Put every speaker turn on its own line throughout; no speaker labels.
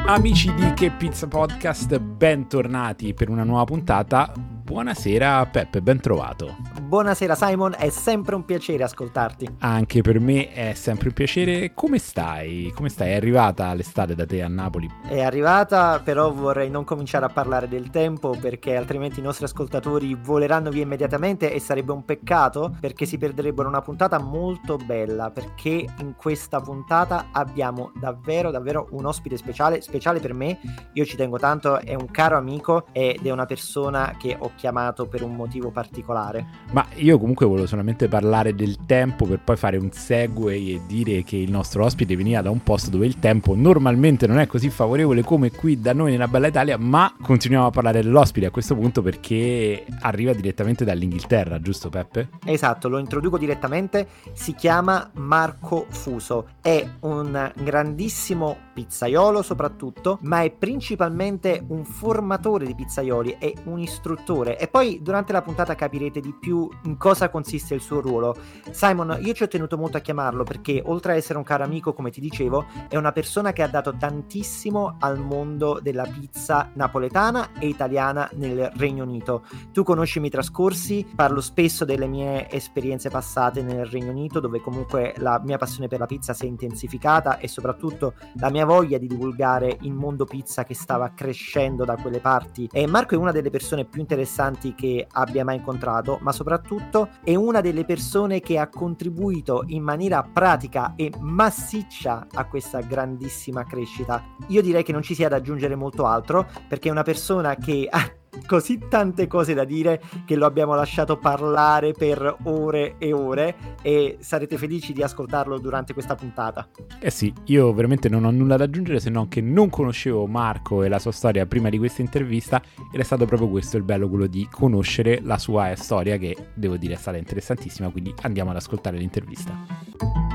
Amici di Che Pizza Podcast, bentornati per una nuova puntata. Buonasera Peppe, ben trovato.
Buonasera Simon, è sempre un piacere ascoltarti.
Anche per me è sempre un piacere. Come stai? Come stai? È arrivata l'estate da te a Napoli?
È arrivata, però vorrei non cominciare a parlare del tempo perché altrimenti i nostri ascoltatori voleranno via immediatamente e sarebbe un peccato perché si perderebbero una puntata molto bella, perché in questa puntata abbiamo davvero un ospite speciale per me. Io ci tengo tanto, è un caro amico ed è una persona che ho chiamato per un motivo particolare.
Ma io comunque volevo solamente parlare del tempo per poi fare un segue e dire che il nostro ospite veniva da un posto dove il tempo normalmente non è così favorevole come qui da noi nella bella Italia, ma continuiamo a parlare dell'ospite a questo punto perché arriva direttamente dall'Inghilterra, giusto Peppe?
Esatto, lo introduco direttamente, si chiama Marco Fuso, è un grandissimo pizzaiolo soprattutto, ma è principalmente un formatore di pizzaioli, è un istruttore e poi durante la puntata capirete di più in cosa consiste il suo ruolo. Simon, io ci ho tenuto molto a chiamarlo perché oltre a essere un caro amico, come ti dicevo, è una persona che ha dato tantissimo al mondo della pizza napoletana e italiana nel Regno Unito. Tu conosci i miei trascorsi, parlo spesso delle mie esperienze passate nel Regno Unito, dove comunque la mia passione per la pizza si è intensificata e soprattutto la mia voglia di divulgare il mondo pizza che stava crescendo da quelle parti. E Marco è una delle persone più interessanti che abbia mai incontrato, ma soprattutto è una delle persone che ha contribuito in maniera pratica e massiccia a questa grandissima crescita. Io direi che non ci sia da aggiungere molto altro, perché è una persona che ha così tante cose da dire che lo abbiamo lasciato parlare per ore e ore e sarete felici di ascoltarlo durante questa puntata.
Eh sì, io veramente non ho nulla da aggiungere se non che non conoscevo Marco e la sua storia prima di questa intervista ed è stato proprio questo il bello, quello di conoscere la sua storia che devo dire è stata interessantissima, quindi andiamo ad ascoltare l'intervista.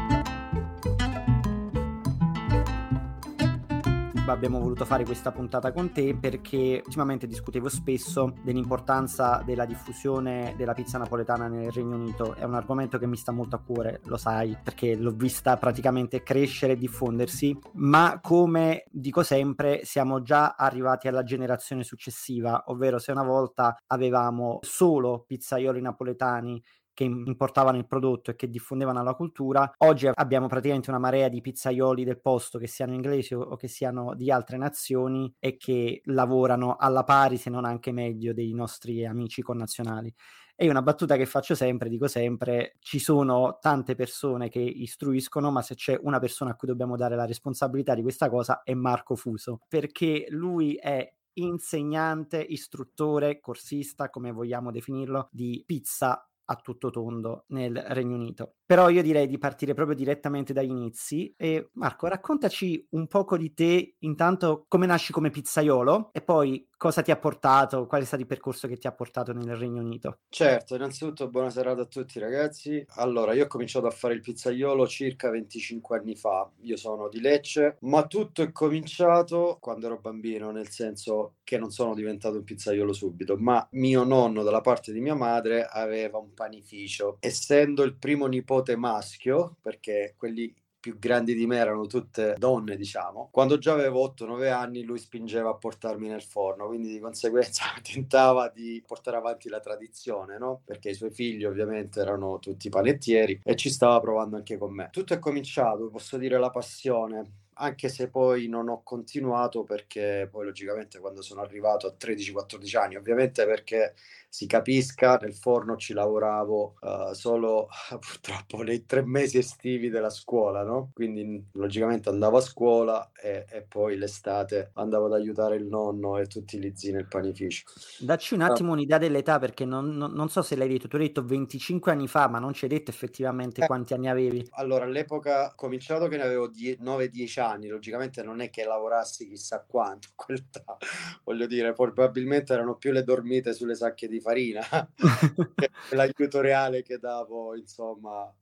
Abbiamo voluto fare questa puntata con te perché ultimamente discutevo spesso dell'importanza della diffusione della pizza napoletana nel Regno Unito. È un argomento che mi sta molto a cuore, lo sai, perché l'ho vista praticamente crescere e diffondersi, ma come dico sempre siamo già arrivati alla generazione successiva, ovvero se una volta avevamo solo pizzaioli napoletani che importavano il prodotto e che diffondevano la cultura, oggi abbiamo praticamente una marea di pizzaioli del posto, che siano inglesi o che siano di altre nazioni, e che lavorano alla pari, se non anche meglio, dei nostri amici connazionali. E una battuta che faccio sempre, dico sempre, ci sono tante persone che istruiscono, ma se c'è una persona a cui dobbiamo dare la responsabilità di questa cosa è Marco Fuso, perché lui è insegnante, istruttore, corsista, come vogliamo definirlo, di pizza a tutto tondo nel Regno Unito. Però io direi di partire proprio direttamente dagli inizi. E Marco, raccontaci un poco di te, intanto come nasci come pizzaiolo e poi cosa ti ha portato, qual è stato il percorso che ti ha portato nel Regno Unito.
Certo, innanzitutto buona serata a tutti ragazzi. Allora, io ho cominciato a fare il pizzaiolo circa 25 anni fa. Io sono di Lecce, ma tutto è cominciato quando ero bambino, nel senso che non sono diventato un pizzaiolo subito, ma mio nonno dalla parte di mia madre aveva un panificio. Essendo il primo nipote maschio, perché quelli più grandi di me erano tutte donne, diciamo. Quando già avevo 8-9 anni lui spingeva a portarmi nel forno, quindi di conseguenza tentava di portare avanti la tradizione, no? Perché i suoi figli ovviamente erano tutti panettieri e ci stava provando anche con me. Tutto è cominciato, posso dire, la passione, anche se poi non ho continuato perché poi logicamente quando sono arrivato a 13-14 anni, ovviamente perché si capisca, nel forno ci lavoravo solo purtroppo nei 3 mesi estivi della scuola, no? Quindi logicamente andavo a scuola e poi l'estate andavo ad aiutare il nonno e tutti gli zii nel panificio.
Dacci un attimo un'idea dell'età, perché non so se l'hai detto, tu hai detto 25 anni fa, ma non ci hai detto effettivamente quanti anni avevi.
Allora, all'epoca ho cominciato che ne avevo 9-10 anni, logicamente non è che lavorassi chissà quanto, in quell'età, voglio dire, probabilmente erano più le dormite sulle sacche di farina che l'aiuto reale che davo, insomma,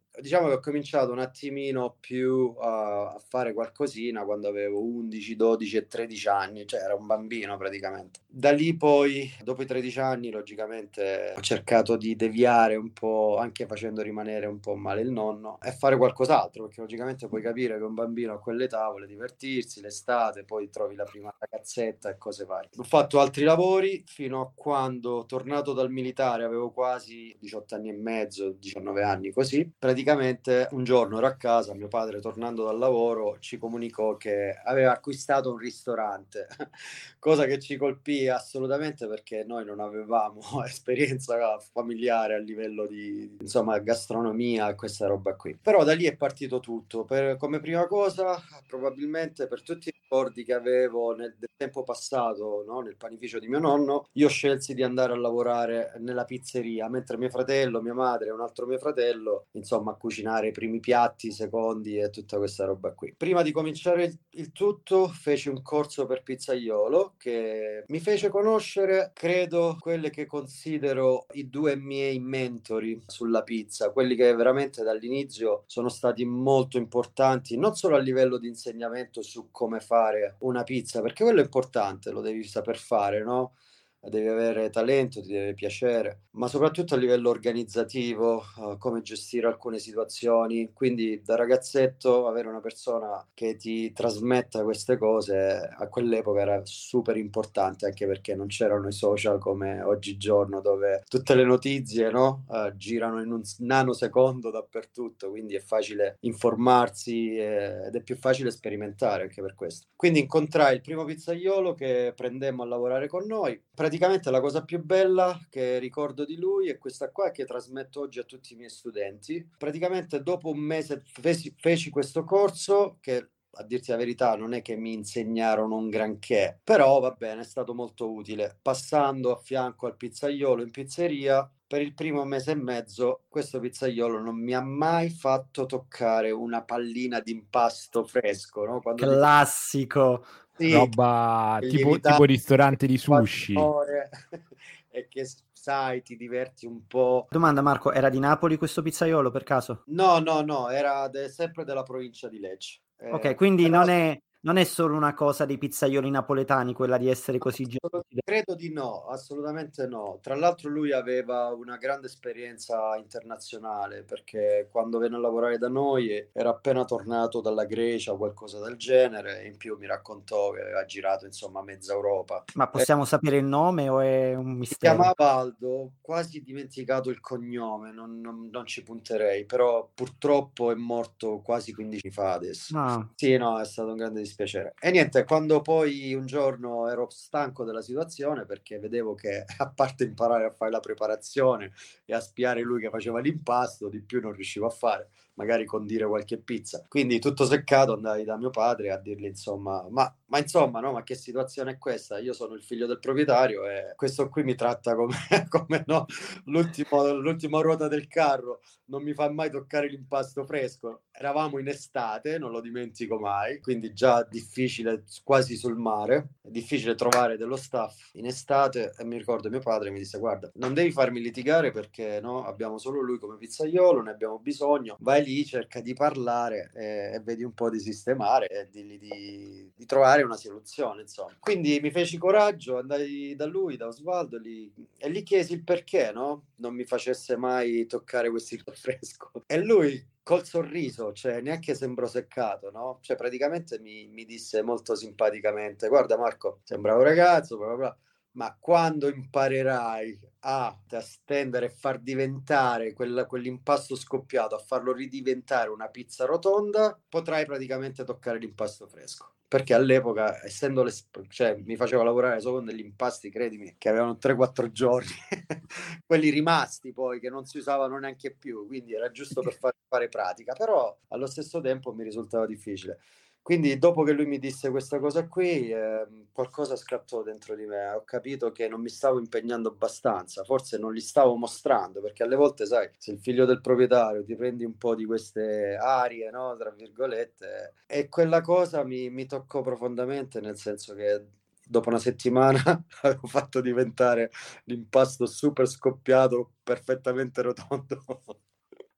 diciamo che ho cominciato un attimino più a fare qualcosina quando avevo 11, 12 e 13 anni, cioè era un bambino praticamente. Da lì poi, dopo i 13 anni, logicamente ho cercato di deviare un po', anche facendo rimanere un po' male il nonno, e fare qualcos'altro, perché logicamente puoi capire che un bambino a quell'età vuole divertirsi, l'estate, poi trovi la prima ragazzetta e cose varie. Ho fatto altri lavori fino a quando, tornato dal militare, avevo quasi 18 anni e mezzo, 19 anni così, praticamente un giorno ero a casa, mio padre tornando dal lavoro ci comunicò che aveva acquistato un ristorante, cosa che ci colpì assolutamente perché noi non avevamo esperienza familiare a livello di, insomma, gastronomia e questa roba qui. Però da lì è partito tutto. Come prima cosa, probabilmente per tutti i ricordi che avevo del tempo passato, no, nel panificio di mio nonno, io scelsi di andare a lavorare nella pizzeria, mentre mio fratello, mia madre e un altro mio fratello, insomma, a cucinare i primi piatti, i secondi e tutta questa roba qui. Prima di cominciare il tutto, feci un corso per pizzaiolo che mi fece conoscere, credo, quelle che considero i due miei mentori sulla pizza, quelli che veramente dall'inizio sono stati molto importanti, non solo a livello di insegnamento su come fare una pizza, perché quello è importante, lo devi saper fare, no? Devi avere talento, ti deve piacere, ma soprattutto a livello organizzativo, come gestire alcune situazioni. Quindi da ragazzetto avere una persona che ti trasmetta queste cose a quell'epoca era super importante, anche perché non c'erano i social come oggigiorno dove tutte le notizie, no, girano in un nanosecondo dappertutto, quindi è facile informarsi ed è più facile sperimentare anche per questo. Quindi incontrai il primo pizzaiolo che prendemmo a lavorare con noi. Praticamente la cosa più bella che ricordo di lui è questa qua che trasmetto oggi a tutti i miei studenti. Praticamente dopo un mese feci questo corso che, a dirti la verità, non è che mi insegnarono un granché, però va bene, è stato molto utile. Passando a fianco al pizzaiolo in pizzeria, per il primo mese e mezzo questo pizzaiolo non mi ha mai fatto toccare una pallina di impasto fresco, no? Quando
Classico.
sì,
Roba
che
tipo
lievitare
ristorante di
4
sushi.
ore e che sai, ti diverti un po'.
Domanda Marco, era di Napoli questo pizzaiolo per caso?
No, no, no, era sempre della provincia di Lecce.
Ok, quindi
Però
non è solo una cosa dei pizzaioli napoletani quella di essere così gentili.
credo di no, assolutamente no. Tra l'altro lui aveva una grande esperienza internazionale perché quando venne a lavorare da noi era appena tornato dalla Grecia o qualcosa del genere e in più mi raccontò che aveva girato insomma mezza Europa.
Ma possiamo sapere il nome o è un
Si
mistero?
chiamava Aldo, ho quasi dimenticato il cognome, non ci punterei, però purtroppo è morto quasi 15 anni fa adesso.
Ah,
Sì, no, è stato un grande dispiacere. E niente, quando poi un giorno ero stanco della situazione perché vedevo che a parte imparare a fare la preparazione e a spiare lui che faceva l'impasto, di più non riuscivo a fare, magari condire qualche pizza. Quindi tutto seccato andai da mio padre a dirgli insomma, ma insomma, no, ma che situazione è questa? Io sono il figlio del proprietario e questo qui mi tratta come, come no, l'ultima ruota del carro, non mi fa mai toccare l'impasto fresco. Eravamo in estate, non lo dimentico mai, quindi già difficile, quasi sul mare, è difficile trovare dello staff in estate e mi ricordo mio padre mi disse guarda, non devi farmi litigare perché no, abbiamo solo lui come pizzaiolo, ne abbiamo bisogno, vai lì, cerca di parlare e vedi un po' di sistemare e digli di trovare una soluzione, insomma. Quindi mi feci coraggio, andai da lui, da Osvaldo, e gli chiesi il perché, no? Non mi facesse mai toccare questo fresco. E lui col sorriso, cioè neanche sembrò seccato, no? Cioè praticamente mi disse molto simpaticamente, guarda Marco, sembra un ragazzo, bla bla bla, ma quando imparerai a stendere e far diventare quell'impasto scoppiato, a farlo ridiventare una pizza rotonda, potrai praticamente toccare l'impasto fresco. Perché all'epoca, essendo cioè, mi faceva lavorare solo con degli impasti, credimi, che avevano 3-4 giorni, quelli rimasti poi, che non si usavano neanche più, quindi era giusto per fare pratica, però allo stesso tempo mi risultava difficile. Quindi dopo che lui mi disse questa cosa qui, qualcosa scattò dentro di me. Ho capito che non mi stavo impegnando abbastanza, forse non li stavo mostrando, perché alle volte, sai, se il figlio del proprietario ti prendi un po' di queste arie, no, tra virgolette, e quella cosa mi toccò profondamente, nel senso che dopo una settimana avevo fatto diventare l'impasto super scoppiato, perfettamente rotondo.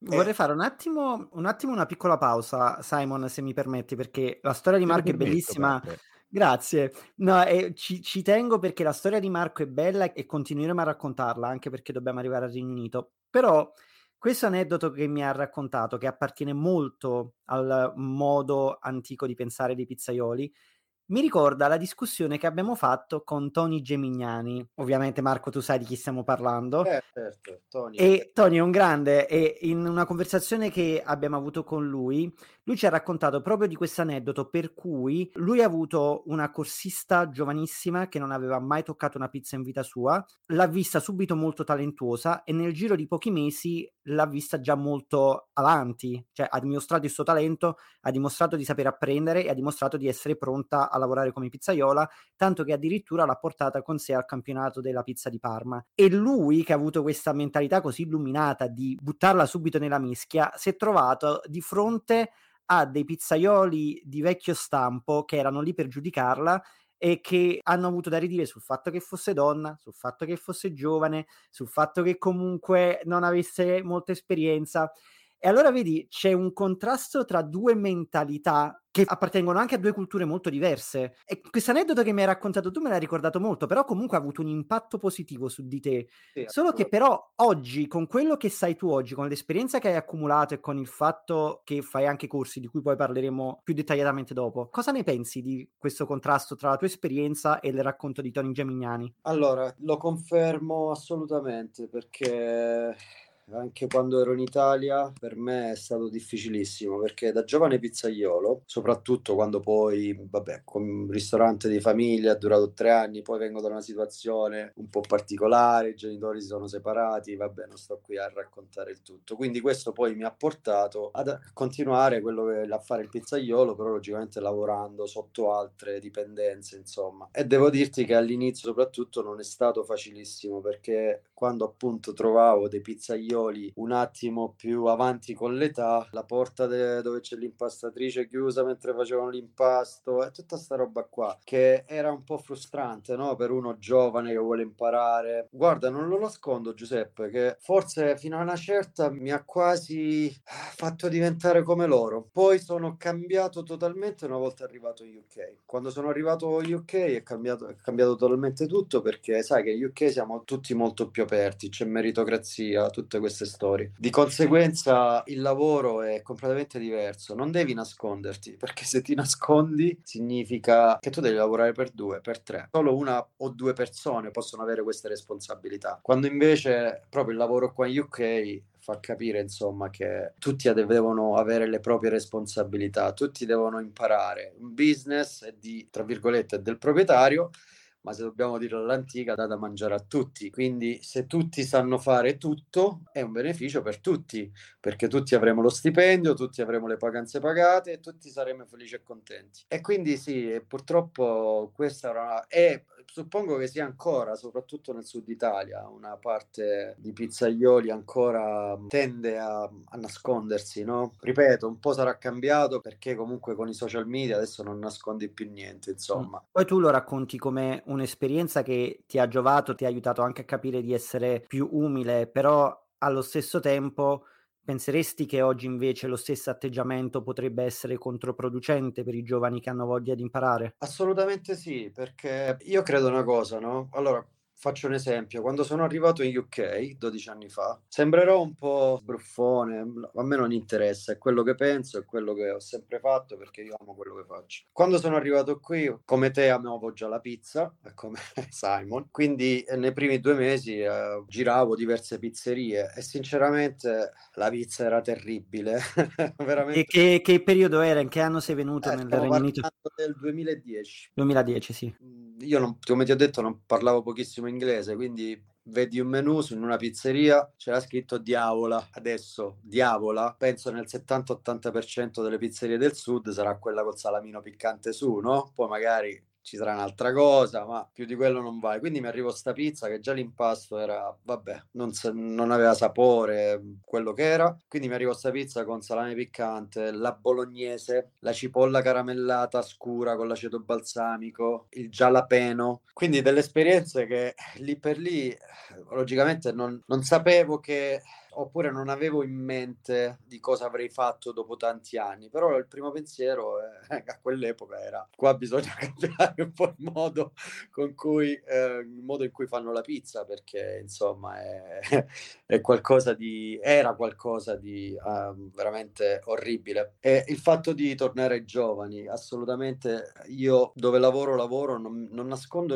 Vorrei fare un attimo una piccola pausa, Simon, se mi permetti, perché la storia di
Te lo
Marco è
permetto,
bellissima.
Peppe.
Grazie. No, ci tengo perché la storia di Marco è bella e continueremo a raccontarla, anche perché dobbiamo arrivare al Regno Unito. Però questo aneddoto che mi ha raccontato, che appartiene molto al modo antico di pensare dei pizzaioli, mi ricorda la discussione che abbiamo fatto con Tony Gemignani. Ovviamente, Marco, tu sai di chi stiamo parlando.
Certo, Tony.
E Tony è un grande, e in una conversazione che abbiamo avuto con lui ci ha raccontato proprio di questo aneddoto per cui lui ha avuto una corsista giovanissima che non aveva mai toccato una pizza in vita sua, l'ha vista subito molto talentuosa e nel giro di pochi mesi l'ha vista già molto avanti, cioè ha dimostrato il suo talento, ha dimostrato di saper apprendere e ha dimostrato di essere pronta a lavorare come pizzaiola, tanto che addirittura l'ha portata con sé al campionato della pizza di Parma. E lui, che ha avuto questa mentalità così illuminata di buttarla subito nella mischia, si è trovato di fronte a dei pizzaioli di vecchio stampo che erano lì per giudicarla e che hanno avuto da ridire sul fatto che fosse donna, sul fatto che fosse giovane, sul fatto che comunque non avesse molta esperienza. E allora vedi, c'è un contrasto tra due mentalità che appartengono anche a due culture molto diverse. E questo aneddoto che mi hai raccontato tu me l'ha ricordato molto, però comunque ha avuto un impatto positivo su di te.
Sì,
Solo che però oggi, con quello che sai tu oggi, con l'esperienza che hai accumulato e con il fatto che fai anche corsi, di cui poi parleremo più dettagliatamente dopo, cosa ne pensi di questo contrasto tra la tua esperienza e il racconto di Tony Gemignani?
Allora, lo confermo assolutamente perché anche quando ero in Italia per me è stato difficilissimo perché da giovane pizzaiolo, soprattutto quando poi, vabbè, con un ristorante di famiglia, è durato 3 anni, poi vengo da una situazione un po' particolare, i genitori si sono separati, vabbè, non sto qui a raccontare il tutto. Quindi questo poi mi ha portato a continuare a fare il pizzaiolo, però logicamente lavorando sotto altre dipendenze, insomma. E devo dirti che all'inizio soprattutto non è stato facilissimo perché quando appunto trovavo dei pizzaioli un attimo più avanti con l'età, la porta dove c'è l'impastatrice chiusa mentre facevano l'impasto e tutta sta roba qua, che era un po' frustrante, no? Per uno giovane che vuole imparare. Guarda, non lo nascondo, Giuseppe, che forse fino a una certa mi ha quasi fatto diventare come loro. Poi sono cambiato totalmente una volta arrivato in UK. Quando sono arrivato in UK è cambiato totalmente tutto perché sai che in UK siamo tutti molto più aperti, c'è meritocrazia, tutte queste storie. Di conseguenza il lavoro è completamente diverso, non devi nasconderti, perché se ti nascondi significa che tu devi lavorare per 2, per 3. Solo una o 2 persone possono avere queste responsabilità. Quando invece proprio il lavoro qua in UK fa capire insomma che tutti devono avere le proprie responsabilità, tutti devono imparare. Un business è di, tra virgolette, è del proprietario, ma se dobbiamo dirlo all'antica, dà da mangiare a tutti. Quindi se tutti sanno fare tutto, è un beneficio per tutti, perché tutti avremo lo stipendio, tutti avremo le vacanze pagate e tutti saremo felici e contenti. E quindi sì, purtroppo questa era e suppongo che sia ancora, soprattutto nel sud Italia, una parte di pizzaioli ancora tende a nascondersi, no? Ripeto, un po' sarà cambiato perché comunque con i social media adesso non nascondi più niente, insomma.
Poi tu lo racconti come un'esperienza che ti ha giovato, ti ha aiutato anche a capire di essere più umile, però allo stesso tempo penseresti che oggi invece lo stesso atteggiamento potrebbe essere controproducente per i giovani che hanno voglia di imparare?
Assolutamente sì, perché io credo una cosa, no? Allora, faccio un esempio. Quando sono arrivato in UK 12 anni fa, sembrerò un po' sbruffone, a me non interessa, è quello che penso, è quello che ho sempre fatto perché io amo quello che faccio. Quando sono arrivato qui, come te, amavo già la pizza, come Simon, quindi nei primi 2 mesi giravo diverse pizzerie e sinceramente la pizza era terribile,
E
veramente.
che periodo era? In che anno sei venuto nel
Stiamo
Regno Unito?
parlando del 2010.
2010, sì.
Io, come ti ho detto, non parlavo pochissimo inglese, quindi vedi un menù in una pizzeria, c'era scritto diavola. Adesso diavola, penso nel 70-80% delle pizzerie del sud sarà quella col salamino piccante su, no? Poi magari ci sarà un'altra cosa, ma più di quello non vai. Quindi mi arrivo sta pizza che già l'impasto era, vabbè, non aveva sapore, quello che era. Quindi mi arrivo sta pizza con salame piccante, la bolognese, la cipolla caramellata scura con l'aceto balsamico, il jalapeno. Quindi delle esperienze che lì per lì, logicamente, non sapevo che oppure non avevo in mente di cosa avrei fatto dopo tanti anni, però il primo pensiero a quell'epoca era: qua bisogna cambiare un po' il modo in cui fanno la pizza, perché insomma è era qualcosa di veramente orribile. E il fatto di tornare ai giovani, assolutamente, io dove lavoro, non nascondo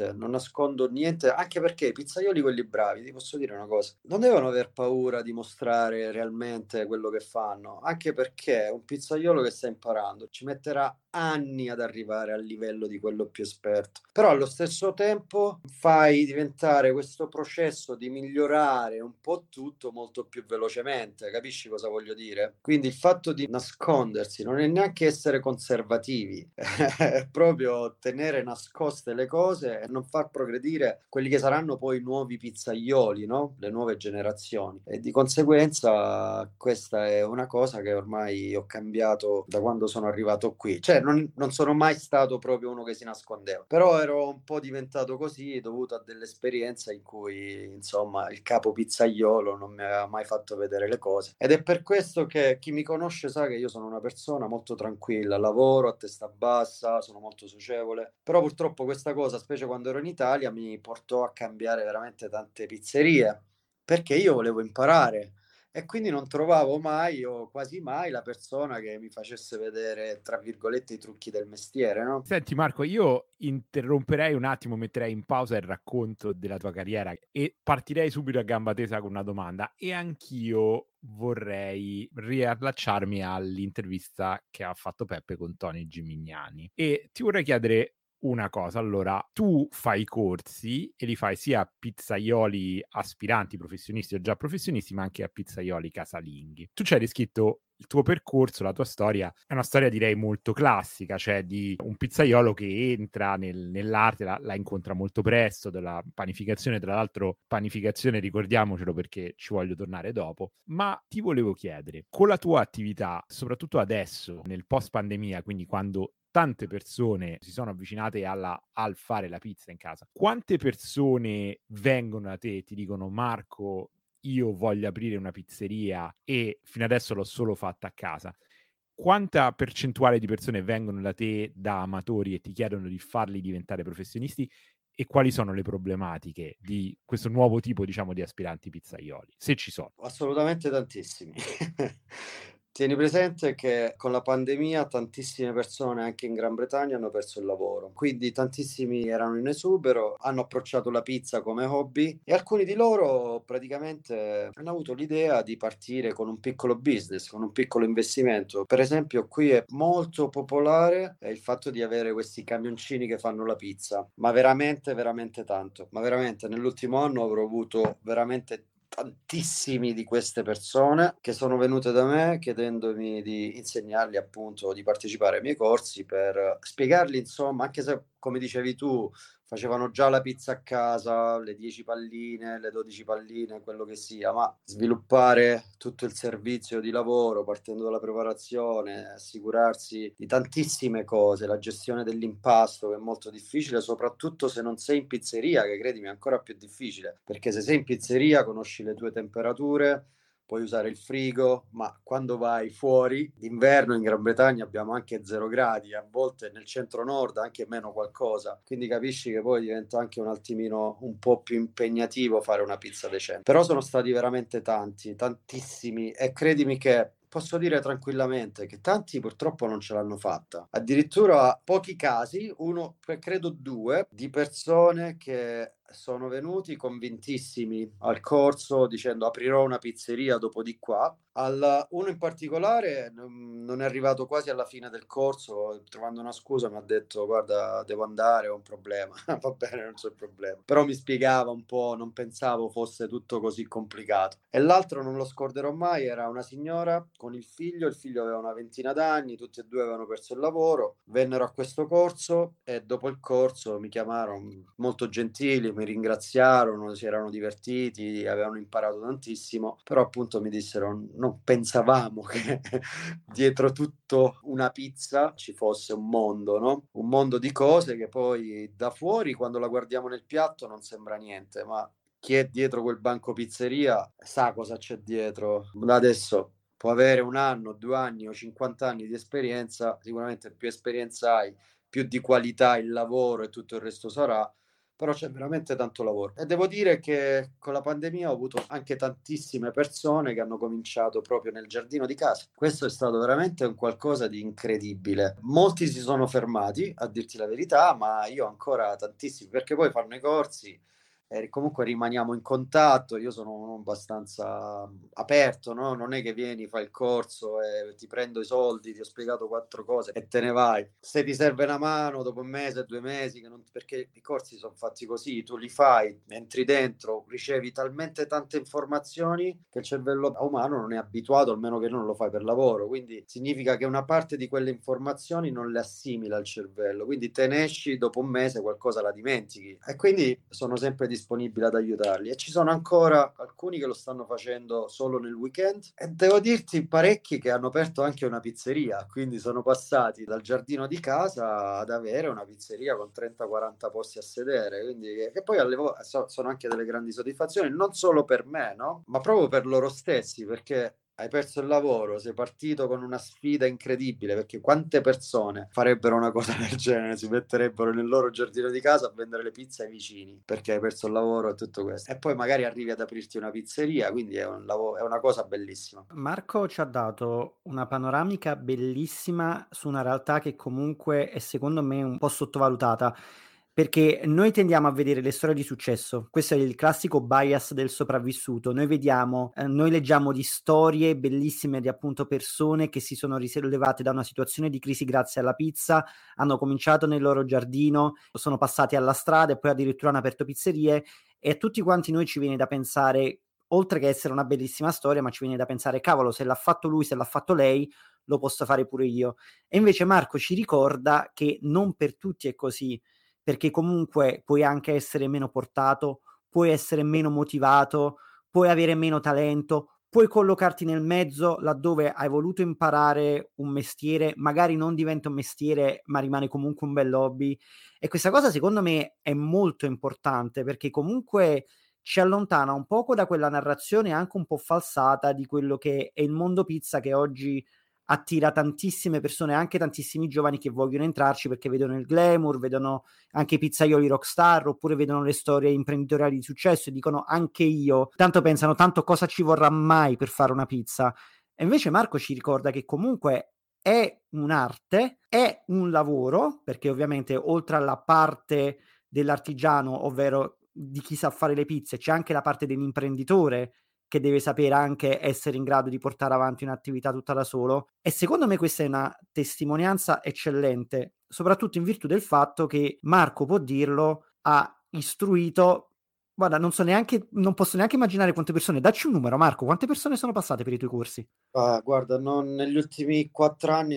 niente, anche perché i pizzaioli, quelli bravi, ti posso dire una cosa, non devono aver paura di mostrare realmente quello che fanno, anche perché un pizzaiolo che sta imparando ci metterà anni ad arrivare al livello di quello più esperto, però allo stesso tempo fai diventare questo processo di migliorare un po' tutto molto più velocemente, capisci cosa voglio dire? Quindi il fatto di nascondersi non è neanche essere conservativi, è proprio tenere nascoste le cose e non far progredire quelli che saranno poi i nuovi pizzaioli, no? Le nuove generazioni. E di conseguenza questa è una cosa che ormai ho cambiato da quando sono arrivato qui. Cioè non sono mai stato proprio uno che si nascondeva, però ero un po' diventato così dovuto a delle esperienze in cui, insomma, il capo pizzaiolo non mi aveva mai fatto vedere le cose. Ed è per questo che chi mi conosce sa che io sono una persona molto tranquilla, lavoro a testa bassa, sono molto socievole, però purtroppo questa cosa, specie quando ero in Italia, mi portò a cambiare veramente tante pizzerie, perché io volevo imparare. E quindi non trovavo mai o quasi mai la persona che mi facesse vedere, tra virgolette, i trucchi del mestiere, no?
Senti Marco, io interromperei un attimo, metterei in pausa il racconto della tua carriera e partirei subito a gamba tesa con una domanda. E anch'io vorrei riallacciarmi all'intervista che ha fatto Peppe con Tony Gimignani e ti vorrei chiedere una cosa. Allora, tu fai i corsi e li fai sia a pizzaioli aspiranti professionisti o già professionisti, ma anche a pizzaioli casalinghi. Tu ci hai descritto il tuo percorso, la tua storia, è una storia direi molto classica, cioè di un pizzaiolo che entra nell'arte, la incontra molto presto, della panificazione, tra l'altro panificazione ricordiamocelo perché ci voglio tornare dopo, ma ti volevo chiedere, con la tua attività, soprattutto adesso, nel post pandemia, quindi quando tante persone si sono avvicinate al fare la pizza in casa, quante persone vengono da te e ti dicono Marco, io voglio aprire una pizzeria e fino adesso l'ho solo fatta a casa? Quanta percentuale di persone vengono da te da amatori e ti chiedono di farli diventare professionisti? E quali sono le problematiche di questo nuovo tipo, diciamo, di aspiranti pizzaioli, se ci sono?
Assolutamente tantissimi. Tieni presente che con la pandemia tantissime persone anche in Gran Bretagna hanno perso il lavoro, quindi tantissimi erano in esubero, hanno approcciato la pizza come hobby e alcuni di loro praticamente hanno avuto l'idea di partire con un piccolo business, con un piccolo investimento. Per esempio qui è molto popolare il fatto di avere questi camioncini che fanno la pizza, ma veramente, veramente tanto, ma veramente nell'ultimo anno avrò avuto veramente tantissimi di queste persone che sono venute da me chiedendomi di insegnargli appunto di partecipare ai miei corsi per spiegargli insomma, anche se come dicevi tu facevano già la pizza a casa, le 10 palline, le 12 palline, quello che sia, ma sviluppare tutto il servizio di lavoro partendo dalla preparazione, assicurarsi di tantissime cose, la gestione dell'impasto che è molto difficile, soprattutto se non sei in pizzeria, che credimi è ancora più difficile, perché se sei in pizzeria conosci le tue temperature, puoi usare il frigo, ma quando vai fuori, d'inverno in Gran Bretagna abbiamo anche 0 gradi, a volte nel centro-nord anche meno qualcosa, quindi capisci che poi diventa anche un attimino un po' più impegnativo fare una pizza decente. Però sono stati veramente tanti, tantissimi, e credimi che posso dire tranquillamente che tanti purtroppo non ce l'hanno fatta. Addirittura pochi casi, uno, credo due, di persone che sono venuti convintissimi al corso dicendo aprirò una pizzeria dopo di qua. Uno in particolare non è arrivato quasi alla fine del corso, trovando una scusa mi ha detto guarda devo andare, ho un problema. Va bene, non c'è problema, però mi spiegava un po', non pensavo fosse tutto così complicato. E l'altro non lo scorderò mai, era una signora con il figlio aveva una ventina d'anni, tutti e due avevano perso il lavoro, vennero a questo corso e dopo il corso mi chiamarono molto gentili, mi ringraziarono, si erano divertiti, avevano imparato tantissimo, però appunto mi dissero non pensavamo che dietro tutto una pizza ci fosse un mondo, no? Un mondo di cose che poi da fuori quando la guardiamo nel piatto non sembra niente, ma chi è dietro quel banco pizzeria sa cosa c'è dietro. Adesso può avere 1 anno, 2 anni o 50 anni di esperienza, sicuramente più esperienza hai, più di qualità il lavoro e tutto il resto sarà, però c'è veramente tanto lavoro. E devo dire che con la pandemia ho avuto anche tantissime persone che hanno cominciato proprio nel giardino di casa. Questo è stato veramente un qualcosa di incredibile. Molti si sono fermati, a dirti la verità, ma io ancora tantissimi, perché poi fanno i corsi e comunque rimaniamo in contatto. Io sono uno abbastanza aperto, no? Non è che vieni, fai il corso e ti prendo i soldi, ti ho spiegato 4 cose e te ne vai. Se ti serve una mano dopo 1 mese, 2 mesi, perché i corsi sono fatti così, tu li fai, entri dentro, ricevi talmente tante informazioni che il cervello umano non è abituato, almeno che non lo fai per lavoro, quindi significa che una parte di quelle informazioni non le assimila il cervello, quindi te ne esci dopo 1 mese, qualcosa la dimentichi, e quindi sono sempre disponibile ad aiutarli. E ci sono ancora alcuni che lo stanno facendo solo nel weekend, e devo dirti parecchi che hanno aperto anche una pizzeria, quindi sono passati dal giardino di casa ad avere una pizzeria con 30-40 posti a sedere, quindi che poi sono anche delle grandi soddisfazioni, non solo per me, no? Ma proprio per loro stessi, perché hai perso il lavoro, sei partito con una sfida incredibile, perché quante persone farebbero una cosa del genere, si metterebbero nel loro giardino di casa a vendere le pizze ai vicini, perché hai perso il lavoro e tutto questo. E poi magari arrivi ad aprirti una pizzeria, quindi è una cosa bellissima.
Marco ci ha dato una panoramica bellissima su una realtà che comunque è secondo me un po' sottovalutata, perché noi tendiamo a vedere le storie di successo. Questo è il classico bias del sopravvissuto. Noi vediamo, noi leggiamo di storie bellissime di appunto persone che si sono risollevate da una situazione di crisi grazie alla pizza, hanno cominciato nel loro giardino, sono passati alla strada e poi addirittura hanno aperto pizzerie, e a tutti quanti noi ci viene da pensare, oltre che essere una bellissima storia, ma ci viene da pensare, cavolo, se l'ha fatto lui, se l'ha fatto lei, lo posso fare pure io. E invece Marco ci ricorda che non per tutti è così, perché comunque puoi anche essere meno portato, puoi essere meno motivato, puoi avere meno talento, puoi collocarti nel mezzo laddove hai voluto imparare un mestiere, magari non diventa un mestiere, ma rimane comunque un bel hobby. E questa cosa secondo me è molto importante, perché comunque ci allontana un poco da quella narrazione anche un po' falsata di quello che è il mondo pizza, che oggi attira tantissime persone, anche tantissimi giovani che vogliono entrarci perché vedono il glamour, vedono anche i pizzaioli rockstar, oppure vedono le storie imprenditoriali di successo e dicono anche io, tanto pensano, tanto cosa ci vorrà mai per fare una pizza. E invece Marco ci ricorda che comunque è un'arte, è un lavoro, perché ovviamente oltre alla parte dell'artigiano, ovvero di chi sa fare le pizze, c'è anche la parte dell'imprenditore che deve sapere anche essere in grado di portare avanti un'attività tutta da solo. E secondo me questa è una testimonianza eccellente, soprattutto in virtù del fatto che Marco, può dirlo, ha istruito, guarda, non posso neanche immaginare quante persone. Dacci un numero, Marco, quante persone sono passate per i tuoi corsi?
Guarda, negli ultimi 4 anni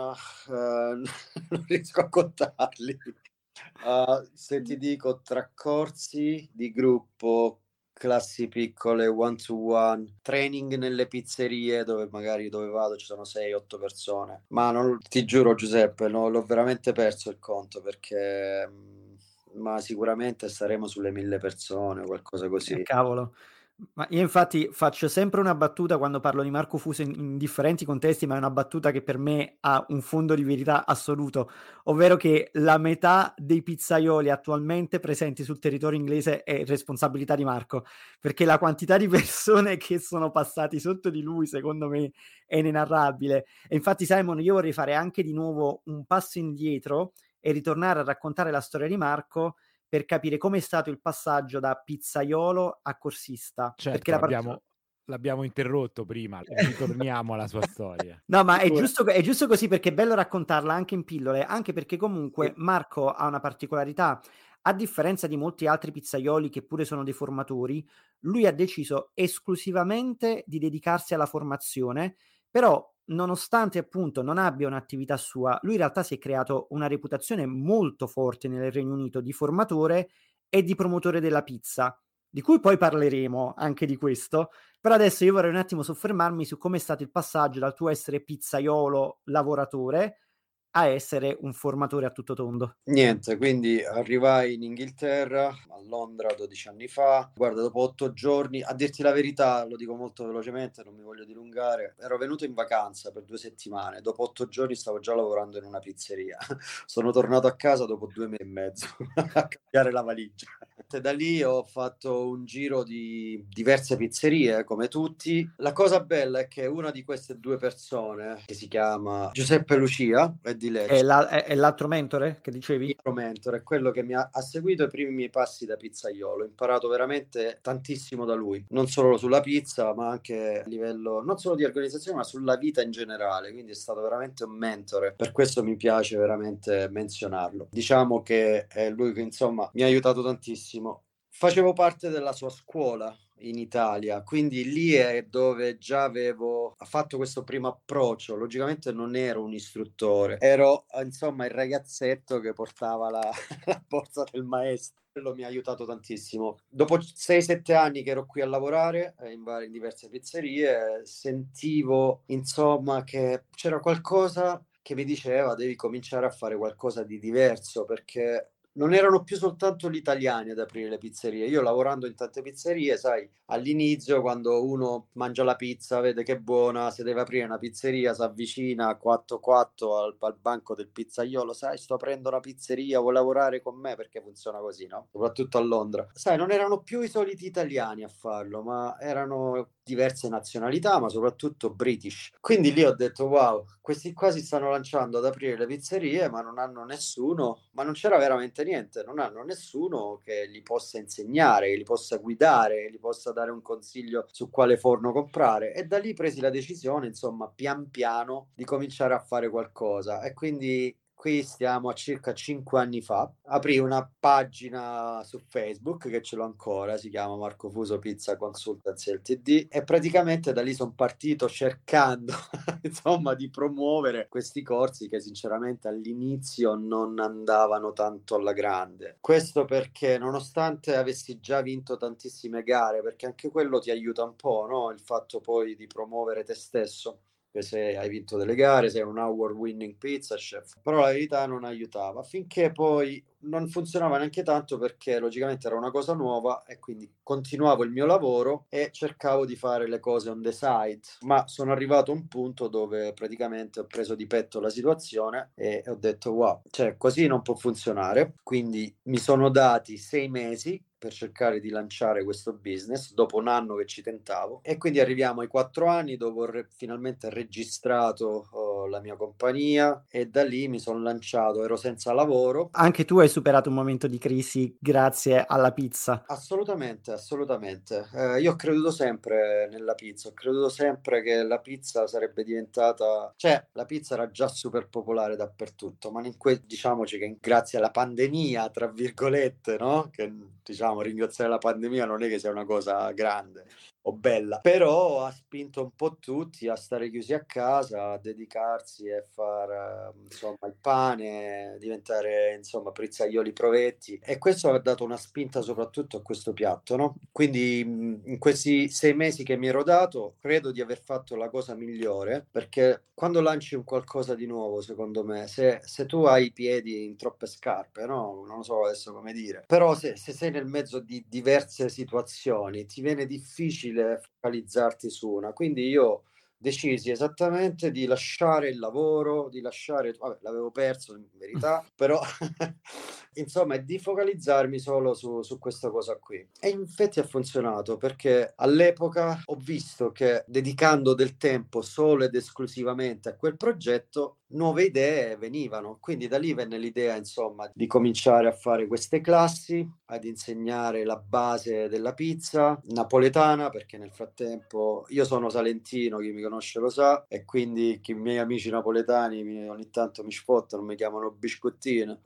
non riesco a contarli. Se ti dico tra corsi di gruppo, classi piccole, one to one, training nelle pizzerie dove vado ci sono 6-8 persone. Ma ti giuro, Giuseppe, no, l'ho veramente perso il conto, perché ma sicuramente staremo sulle 1000 persone o qualcosa così.
Cavolo. Ma io infatti faccio sempre una battuta quando parlo di Marco Fuso in differenti contesti, ma è una battuta che per me ha un fondo di verità assoluto, ovvero che la metà dei pizzaioli attualmente presenti sul territorio inglese è responsabilità di Marco, perché la quantità di persone che sono passati sotto di lui, secondo me, è inenarrabile. E infatti, Simon, io vorrei fare anche di nuovo un passo indietro e ritornare a raccontare la storia di Marco, per capire com'è stato il passaggio da pizzaiolo a corsista.
Certo,
Perché
l'abbiamo interrotto prima, ritorniamo alla sua storia.
No, ma è giusto così, perché è bello raccontarla anche in pillole, anche perché comunque Marco ha una particolarità. A differenza di molti altri pizzaioli che pure sono dei formatori, lui ha deciso esclusivamente di dedicarsi alla formazione, però nonostante appunto non abbia un'attività sua, lui in realtà si è creato una reputazione molto forte nel Regno Unito di formatore e di promotore della pizza, di cui poi parleremo anche di questo. Però adesso io vorrei un attimo soffermarmi su come è stato il passaggio dal tuo essere pizzaiolo lavoratore a essere un formatore a tutto tondo?
Niente, quindi arrivai in Inghilterra, a Londra 12 anni fa. Guarda, dopo 8 giorni, a dirti la verità, lo dico molto velocemente, non mi voglio dilungare, ero venuto in vacanza per 2 settimane. Dopo 8 giorni stavo già lavorando in una pizzeria. Sono tornato a casa dopo 2 mesi e mezzo a cambiare la valigia. Da lì ho fatto un giro di diverse pizzerie, come tutti. La cosa bella è che una di queste 2 persone, che si chiama Giuseppe Lucia, è di Lecce.
È l'altro mentore che dicevi?
Il mio mentore è quello che mi ha seguito i primi miei passi da pizzaiolo. Ho imparato veramente tantissimo da lui, non solo sulla pizza, ma anche a livello non solo di organizzazione, ma sulla vita in generale. Quindi è stato veramente un mentore. Per questo mi piace veramente menzionarlo. Diciamo che è lui che insomma mi ha aiutato tantissimo. Facevo parte della sua scuola in Italia, quindi lì è dove già avevo fatto questo primo approccio. Logicamente non ero un istruttore, ero insomma il ragazzetto che portava la borsa del maestro. Quello mi ha aiutato tantissimo. Dopo 6-7 anni che ero qui a lavorare in diverse pizzerie, sentivo insomma che c'era qualcosa che mi diceva devi cominciare a fare qualcosa di diverso, perché non erano più soltanto gli italiani ad aprire le pizzerie. Io lavorando in tante pizzerie, sai, all'inizio quando uno mangia la pizza, vede che è buona, se deve aprire una pizzeria, si avvicina a 4 al banco del pizzaiolo, sai, sto aprendo una pizzeria, vuoi lavorare con me? Perché funziona così, no? Soprattutto a Londra. Sai, non erano più i soliti italiani a farlo, ma erano diverse nazionalità, ma soprattutto British. Quindi lì ho detto, wow, questi qua si stanno lanciando ad aprire le pizzerie, ma non hanno nessuno, ma non c'era veramente niente, non hanno nessuno che li possa insegnare, che li possa guidare, che gli possa dare un consiglio su quale forno comprare. E da lì presi la decisione, insomma, pian piano di cominciare a fare qualcosa. E quindi qui stiamo a circa 5 anni fa. Aprì una pagina su Facebook che ce l'ho ancora, si chiama Marco Fuso Pizza Consultancy Ltd. E praticamente da lì sono partito cercando insomma di promuovere questi corsi che sinceramente all'inizio non andavano tanto alla grande. Questo perché nonostante avessi già vinto tantissime gare, perché anche quello ti aiuta un po', no? Il fatto poi di promuovere te stesso. Se hai vinto delle gare, sei un award winning pizza chef, però la verità non aiutava, finché poi non funzionava neanche tanto, perché logicamente era una cosa nuova e quindi continuavo il mio lavoro e cercavo di fare le cose on the side, ma sono arrivato a un punto dove praticamente ho preso di petto la situazione e ho detto wow, cioè così non può funzionare. Quindi mi sono dati 6 mesi per cercare di lanciare questo business dopo un anno che ci tentavo, e quindi arriviamo ai 4 anni dove ho finalmente registrato la mia compagnia, e da lì mi sono lanciato, ero senza lavoro.
Anche tu hai superato un momento di crisi grazie alla pizza.
Assolutamente, assolutamente. Io ho creduto sempre nella pizza, ho creduto sempre che la pizza sarebbe diventata, cioè la pizza era già super popolare dappertutto, ma diciamoci che grazie alla pandemia, tra virgolette, no? Che diciamo ringraziare la pandemia non è che sia una cosa grande o bella, però ha spinto un po' tutti a stare chiusi a casa, a dedicarsi e far insomma il pane, diventare insomma pizzaioli provetti, e questo ha dato una spinta soprattutto a questo piatto, no? Quindi in questi 6 mesi che mi ero dato, credo di aver fatto la cosa migliore, perché quando lanci un qualcosa di nuovo, secondo me, se tu hai i piedi in troppe scarpe, no? Non so adesso come dire, però se sei nel mezzo di diverse situazioni, ti viene difficile focalizzarti su una. Quindi io decisi esattamente di lasciare il lavoro, vabbè, l'avevo perso in verità, però insomma, di focalizzarmi solo su questa cosa qui. E infatti ha funzionato, perché all'epoca ho visto che dedicando del tempo solo ed esclusivamente a quel progetto, nuove idee venivano. Quindi da lì venne l'idea, insomma, di cominciare a fare queste classi, ad insegnare la base della pizza napoletana, perché nel frattempo io sono salentino, chi mi conosce lo sa, e quindi i miei amici napoletani ogni tanto mi spottano, mi chiamano biscottino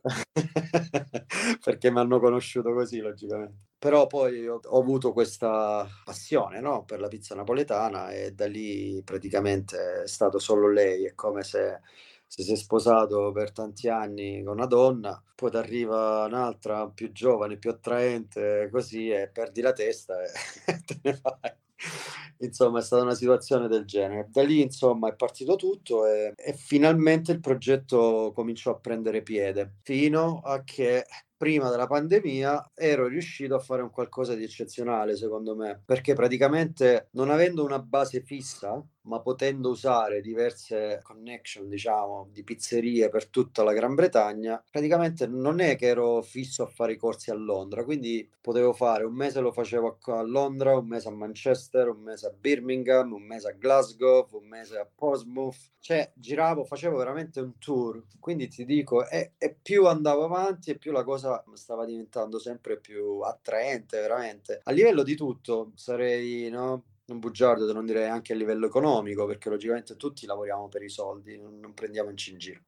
perché mi hanno conosciuto così, logicamente. Però poi ho avuto questa passione, no, per la pizza napoletana, e da lì praticamente è stato solo lei. È come se sei sposato per tanti anni con una donna, poi ti arriva un'altra più giovane, più attraente, così, e perdi la testa e te ne vai. Insomma, è stata una situazione del genere. Da lì, insomma, è partito tutto e finalmente il progetto cominciò a prendere piede, fino a che prima della pandemia ero riuscito a fare un qualcosa di eccezionale, secondo me, perché praticamente non avendo una base fissa, ma potendo usare diverse connection, diciamo, di pizzerie per tutta la Gran Bretagna, praticamente non è che ero fisso a fare i corsi a Londra, quindi potevo fare un mese lo facevo a Londra, un mese a Manchester, un mese a Birmingham, un mese a Glasgow, un mese a Portsmouth, cioè giravo, facevo veramente un tour, quindi ti dico, e più andavo avanti e più la cosa stava diventando sempre più attraente, veramente. A livello di tutto, sarei, no, un bugiardo se non direi anche a livello economico, perché logicamente tutti lavoriamo per i soldi, non prendiamoci in giro.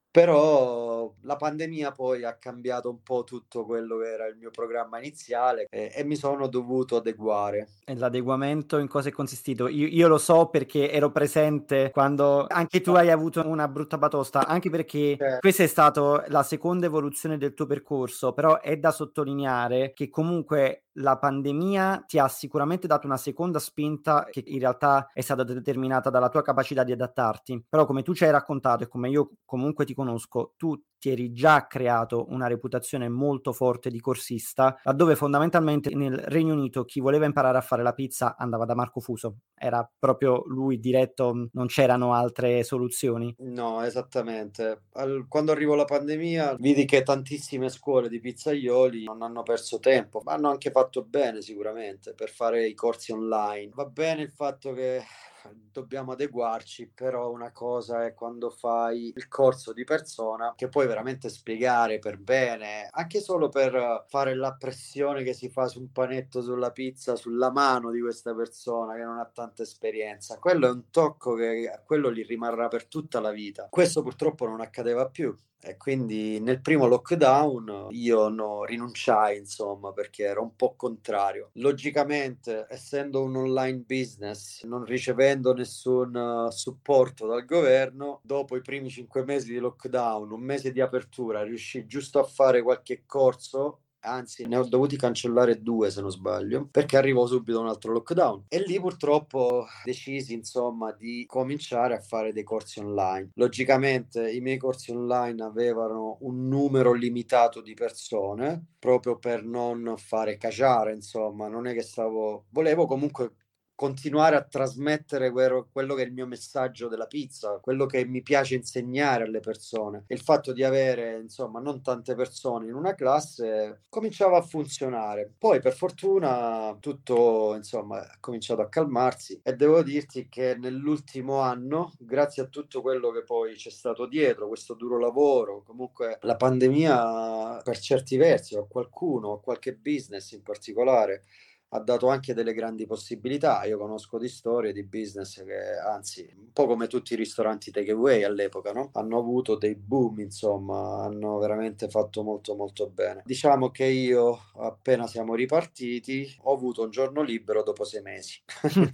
Però la pandemia poi ha cambiato un po' tutto quello che era il mio programma iniziale e mi sono dovuto adeguare.
E l'adeguamento in cosa è consistito? Io lo so perché ero presente quando anche tu hai avuto una brutta batosta, anche perché
Cioè,
questa è stata la seconda evoluzione del tuo percorso, però è da sottolineare che comunque la pandemia ti ha sicuramente dato una seconda spinta che in realtà è stata determinata dalla tua capacità di adattarti. Però come tu ci hai raccontato e come io comunque ti conosco, tu ti eri già creato una reputazione molto forte di corsista, laddove fondamentalmente nel Regno Unito chi voleva imparare a fare la pizza andava da Marco Fuso, era proprio lui diretto, non c'erano altre soluzioni.
no, esattamente. Quando arrivò la pandemia, vidi che tantissime scuole di pizzaioli non hanno perso tempo, ma hanno anche fatto bene sicuramente per fare i corsi online. Va bene il fatto che dobbiamo adeguarci, però una cosa è quando fai il corso di persona che puoi veramente spiegare per bene, anche solo per fare la pressione che si fa su un panetto sulla pizza, sulla mano di questa persona che non ha tanta esperienza. Quello è un tocco che a quello gli rimarrà per tutta la vita. Questo purtroppo non accadeva più. E quindi nel primo lockdown io rinunciai, insomma, perché ero un po' contrario. Logicamente, essendo un online business, non ricevendo nessun supporto dal governo, dopo i primi 5 mesi di lockdown, un mese di apertura, riuscii giusto a fare qualche corso. Anzi, ne ho dovuti cancellare 2 se non sbaglio, perché arrivò subito un altro lockdown. E lì purtroppo decisi, insomma, di cominciare a fare dei corsi online. Logicamente i miei corsi online avevano un numero limitato di persone, proprio per non fare caciare, insomma, non è che volevo comunque continuare a trasmettere quello che è il mio messaggio della pizza, quello che mi piace insegnare alle persone. E il fatto di avere, insomma, non tante persone in una classe cominciava a funzionare. Poi, per fortuna, tutto, insomma, ha cominciato a calmarsi e devo dirti che nell'ultimo anno, grazie a tutto quello che poi c'è stato dietro, questo duro lavoro, comunque la pandemia, per certi versi, a qualcuno, a qualche business in particolare, ha dato anche delle grandi possibilità. Io conosco di storie di business che, anzi, un po' come tutti i ristoranti takeaway all'epoca, no? Hanno avuto dei boom, insomma, hanno veramente fatto molto molto bene. Diciamo che io, appena siamo ripartiti, ho avuto un giorno libero dopo 6 mesi.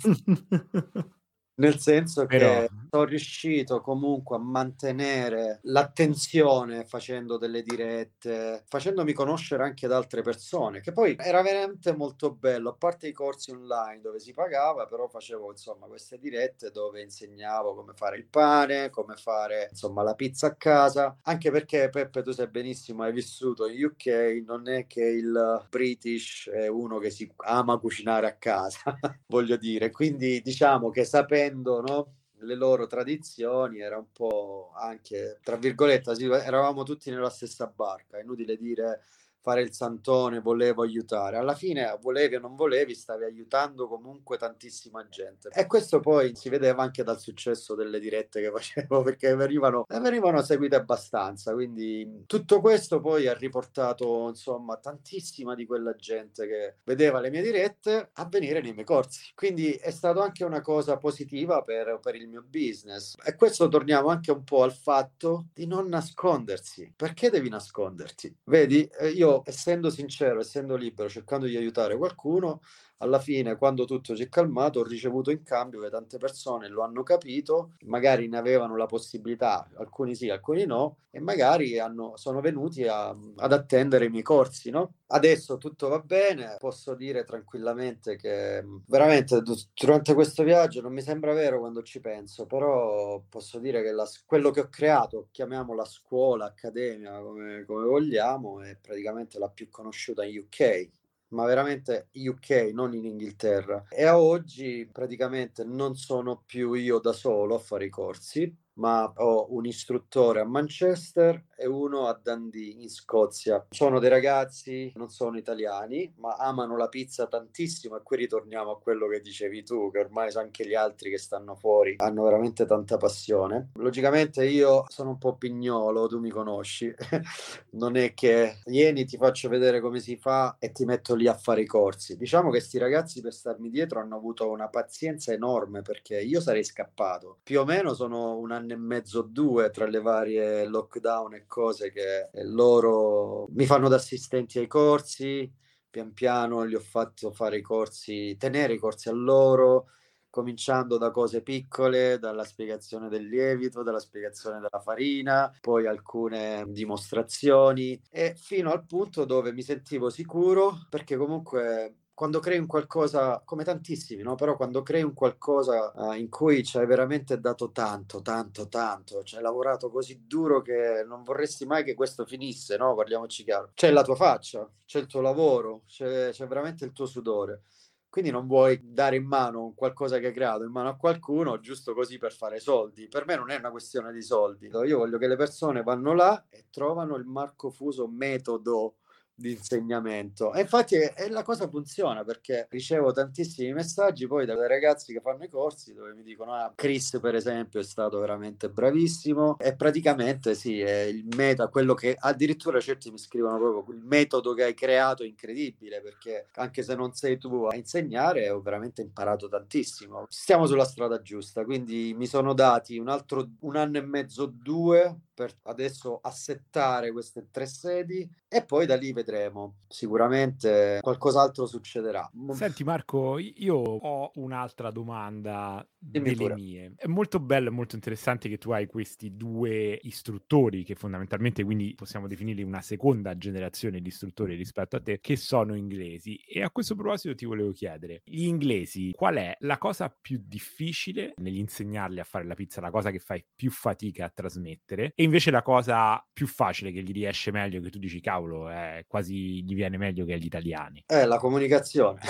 Nel senso
Però
che sono riuscito comunque a mantenere l'attenzione facendo delle dirette, facendomi conoscere anche da altre persone, che poi era veramente molto bello, a parte i corsi online dove si pagava, però facevo insomma queste dirette dove insegnavo come fare il pane, come fare insomma la pizza a casa, anche perché Peppe tu sai benissimo, hai vissuto in UK, non è che il British è uno che si ama cucinare a casa, voglio dire, quindi diciamo che sapendo, no, le loro tradizioni era un po' anche, tra virgolette, eravamo tutti nella stessa barca, è inutile dire fare il santone, volevo aiutare. Alla fine, volevi o non volevi, stavi aiutando comunque tantissima gente. E questo poi si vedeva anche dal successo delle dirette che facevo, perché venivano seguite abbastanza. Quindi tutto questo poi ha riportato, insomma, tantissima di quella gente che vedeva le mie dirette a venire nei miei corsi. Quindi è stato anche una cosa positiva per il mio business. E questo torniamo anche un po' al fatto di non nascondersi. Perché devi nasconderti? Vedi, io essendo sincero, essendo libero, cercando di aiutare qualcuno, alla fine, quando tutto si è calmato, ho ricevuto in cambio che tante persone lo hanno capito, magari ne avevano la possibilità, alcuni sì, alcuni no, e magari sono venuti ad attendere i miei corsi, no? Adesso tutto va bene, posso dire tranquillamente che veramente durante questo viaggio non mi sembra vero quando ci penso, però posso dire che quello che ho creato, chiamiamola scuola, accademia, come vogliamo, è praticamente la più conosciuta in UK. Ma veramente UK, non in Inghilterra. E a oggi praticamente non sono più io da solo a fare i corsi, ma ho un istruttore a Manchester e uno a Dundee in Scozia. Sono dei ragazzi, non sono italiani, ma amano la pizza tantissimo, e qui ritorniamo a quello che dicevi tu, che ormai anche gli altri che stanno fuori hanno veramente tanta passione. Logicamente io sono un po' pignolo, tu mi conosci, non è che vieni, ti faccio vedere come si fa e ti metto lì a fare i corsi. Diciamo che sti ragazzi per starmi dietro hanno avuto una pazienza enorme, perché io sarei scappato. Più o meno sono un anno e mezzo, 2, tra le varie lockdown e cose, che loro mi fanno da assistenti ai corsi. Pian piano li ho fatto fare i corsi, tenere i corsi a loro, cominciando da cose piccole, dalla spiegazione del lievito, dalla spiegazione della farina, poi alcune dimostrazioni, e fino al punto dove mi sentivo sicuro, perché comunque quando crei un qualcosa, come tantissimi, no? Però quando crei un qualcosa in cui ci hai veramente dato tanto, tanto, tanto, ci hai lavorato così duro che non vorresti mai che questo finisse, no? Parliamoci chiaro. C'è la tua faccia, c'è il tuo lavoro, c'è veramente il tuo sudore. Quindi non vuoi dare in mano qualcosa che hai creato in mano a qualcuno giusto così per fare soldi. Per me non è una questione di soldi. Io voglio che le persone vanno là e trovano il Marco Fuso metodo di insegnamento. E infatti la cosa funziona, perché ricevo tantissimi messaggi poi dai ragazzi che fanno i corsi, dove mi dicono: ah, Chris per esempio è stato veramente bravissimo, e praticamente sì, è il meta, quello che addirittura certi mi scrivono proprio: il metodo che hai creato è incredibile, perché anche se non sei tu a insegnare ho veramente imparato tantissimo. Stiamo sulla strada giusta, quindi mi sono dati un anno e mezzo, 2, per adesso assettare queste 3 sedi, e poi da lì vedremo. Sicuramente qualcos'altro succederà.
Senti Marco, io ho un'altra domanda
Dimmi
delle
pure.
mie. È molto bello e molto interessante che tu hai questi due istruttori, che fondamentalmente quindi possiamo definirli una seconda generazione di istruttori rispetto a te, che sono inglesi. E a questo proposito ti volevo chiedere, gli inglesi, qual è la cosa più difficile nell'insegnarli a fare la pizza, la cosa che fai più fatica a trasmettere, e invece la cosa più facile che gli riesce meglio, che tu dici cavolo, è quasi gli viene meglio che agli italiani?
La comunicazione.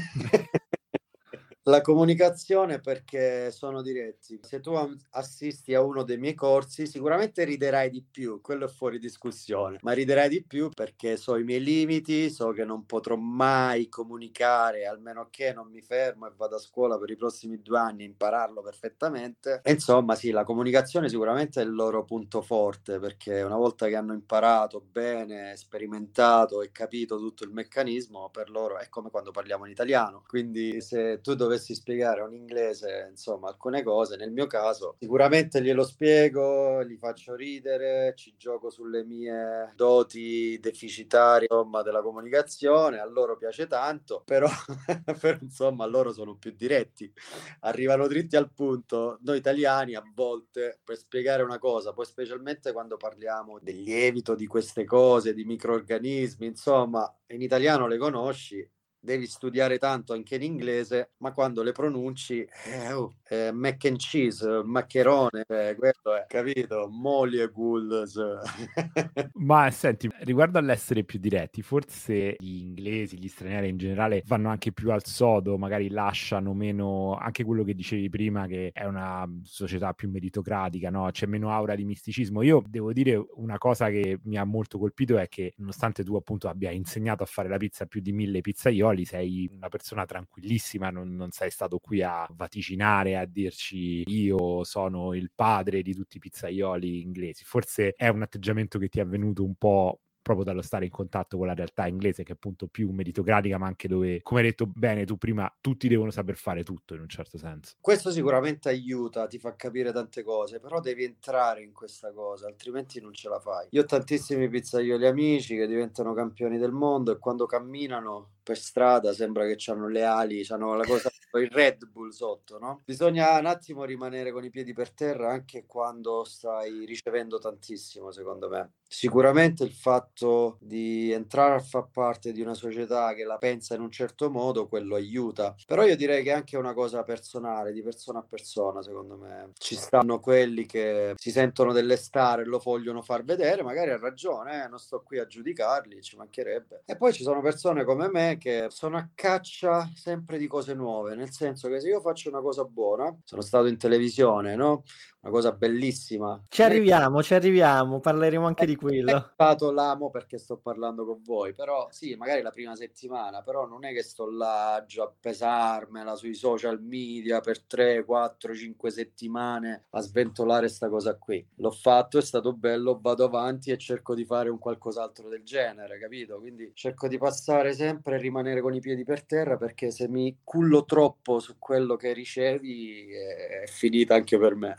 La comunicazione, perché sono diretti. Se tu assisti a uno dei miei corsi, sicuramente riderai di più, quello è fuori discussione, ma riderai di più perché so i miei limiti, so che non potrò mai comunicare, almeno che non mi fermo e vado a scuola per i prossimi 2 anni a impararlo perfettamente. E insomma, sì, la comunicazione sicuramente è il loro punto forte, perché una volta che hanno imparato bene, sperimentato e capito tutto il meccanismo, per loro è come quando parliamo in italiano. Quindi se tu dovessi spiegare a un inglese, insomma, alcune cose, nel mio caso, sicuramente glielo spiego, li faccio ridere, ci gioco sulle mie doti deficitarie, insomma, della comunicazione, a loro piace tanto, però, però insomma, loro sono più diretti, arrivano dritti al punto. Noi italiani a volte, per spiegare una cosa, poi specialmente quando parliamo del lievito, di queste cose, di microrganismi, insomma, in italiano le conosci, devi studiare tanto anche in inglese, ma quando le pronunci, mac and cheese, maccherone, quello è, capito? Molecules.
Ma senti, riguardo all'essere più diretti, forse gli inglesi, gli stranieri in generale vanno anche più al sodo, magari lasciano meno anche quello che dicevi prima, che è una società più meritocratica, no? C'è meno aura di misticismo. Io devo dire una cosa che mi ha molto colpito è che, nonostante tu appunto abbia insegnato a fare la pizza a più di 1000 pizzaioli, sei una persona tranquillissima, non sei stato qui a vaticinare, a dirci io sono il padre di tutti i pizzaioli inglesi. Forse è un atteggiamento che ti è venuto un po' proprio dallo stare in contatto con la realtà inglese, che è appunto più meritocratica, ma anche dove, come hai detto bene tu prima, tutti devono saper fare tutto in un certo senso.
Questo sicuramente aiuta, ti fa capire tante cose, però devi entrare in questa cosa, altrimenti non ce la fai. Io ho tantissimi pizzaioli amici che diventano campioni del mondo, e quando camminano per strada, sembra che hanno le ali, hanno la cosa, il Red Bull sotto, no? Bisogna un attimo rimanere con i piedi per terra anche quando stai ricevendo tantissimo, secondo me. Sicuramente il fatto di entrare a far parte di una società che la pensa in un certo modo, quello aiuta. Però io direi che è anche una cosa personale, di persona a persona, secondo me. Ci stanno quelli che si sentono delle star e lo vogliono far vedere, magari ha ragione, non sto qui a giudicarli, ci mancherebbe. E poi ci sono persone come me che sono a caccia sempre di cose nuove, nel senso che se io faccio una cosa buona, sono stato in televisione, no? Una cosa bellissima.
Ci arriviamo, parleremo anche di quello.
L'amo perché sto parlando con voi, però sì, magari la prima settimana, però non è che sto là già a pesarmela sui social media per 3, 4, 5 settimane a sventolare sta cosa qui. L'ho fatto, è stato bello, vado avanti e cerco di fare un qualcos'altro del genere, capito? Quindi cerco di passare sempre e rimanere con i piedi per terra, perché se mi cullo troppo su quello che ricevi è finita anche per me.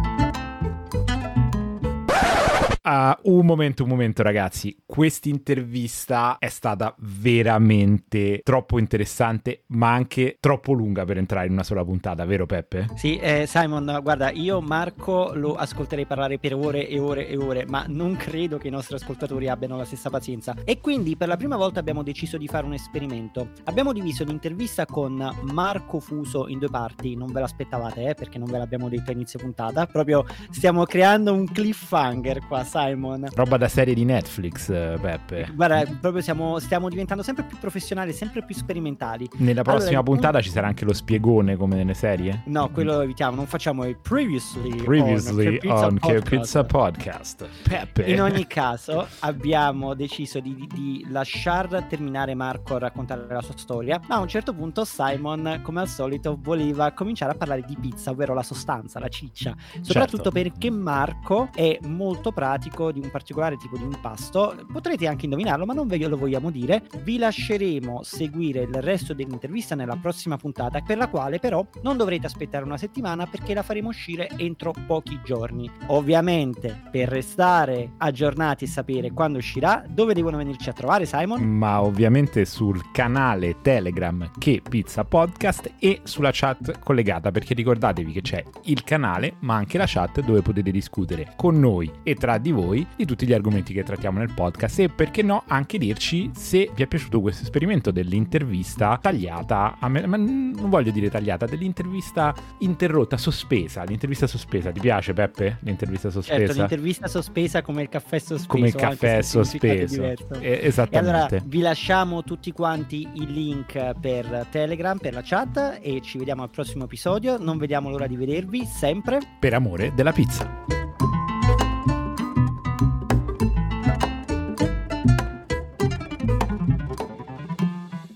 Un momento ragazzi, quest'intervista è stata veramente troppo interessante, ma anche troppo lunga per entrare in una sola puntata, vero Peppe?
Sì, Simon, guarda, io Marco lo ascolterei parlare per ore e ore e ore, ma non credo che i nostri ascoltatori abbiano la stessa pazienza, e quindi per la prima volta abbiamo deciso di fare un esperimento. Abbiamo diviso l'intervista con Marco Fuso in 2 parti, non ve l'aspettavate perché non ve l'abbiamo detto a inizio puntata, proprio stiamo creando un cliffhanger qua, Simon.
Roba da serie di Netflix, Peppe.
Guarda, proprio stiamo diventando sempre più professionali, sempre più sperimentali.
Nella prossima puntata ci sarà anche lo spiegone come nelle serie?
No, quello lo evitiamo, non facciamo il previously
on Che Pizza Podcast. Peppe.
In ogni caso abbiamo deciso di lasciar terminare Marco a raccontare la sua storia, ma a un certo punto Simon, come al solito, voleva cominciare a parlare di pizza, ovvero la sostanza, la ciccia, soprattutto perché Marco è molto pratico di un particolare tipo di impasto. Potrete anche indovinarlo, ma non ve lo vogliamo dire. Vi lasceremo seguire il resto dell'intervista nella prossima puntata, per la quale però non dovrete aspettare una settimana, perché la faremo uscire entro pochi giorni. Ovviamente, per restare aggiornati e sapere quando uscirà, dove devono venirci a trovare, Simon?
Ma ovviamente sul canale Telegram Che Pizza Podcast e sulla chat collegata, perché ricordatevi che c'è il canale ma anche la chat dove potete discutere con noi e tra di voi di tutti gli argomenti che trattiamo nel podcast, e perché no anche dirci se vi è piaciuto questo esperimento dell'intervista tagliata, ma non voglio dire tagliata, dell'intervista interrotta, sospesa. L'intervista sospesa, ti piace Peppe? L'intervista sospesa?
Certo, l'intervista sospesa come il caffè sospeso.
Come il caffè sospeso.
E
Esattamente.
allora vi lasciamo tutti quanti il link per Telegram, per la chat, e ci vediamo al prossimo episodio. Non vediamo l'ora di vedervi, sempre
per amore della pizza.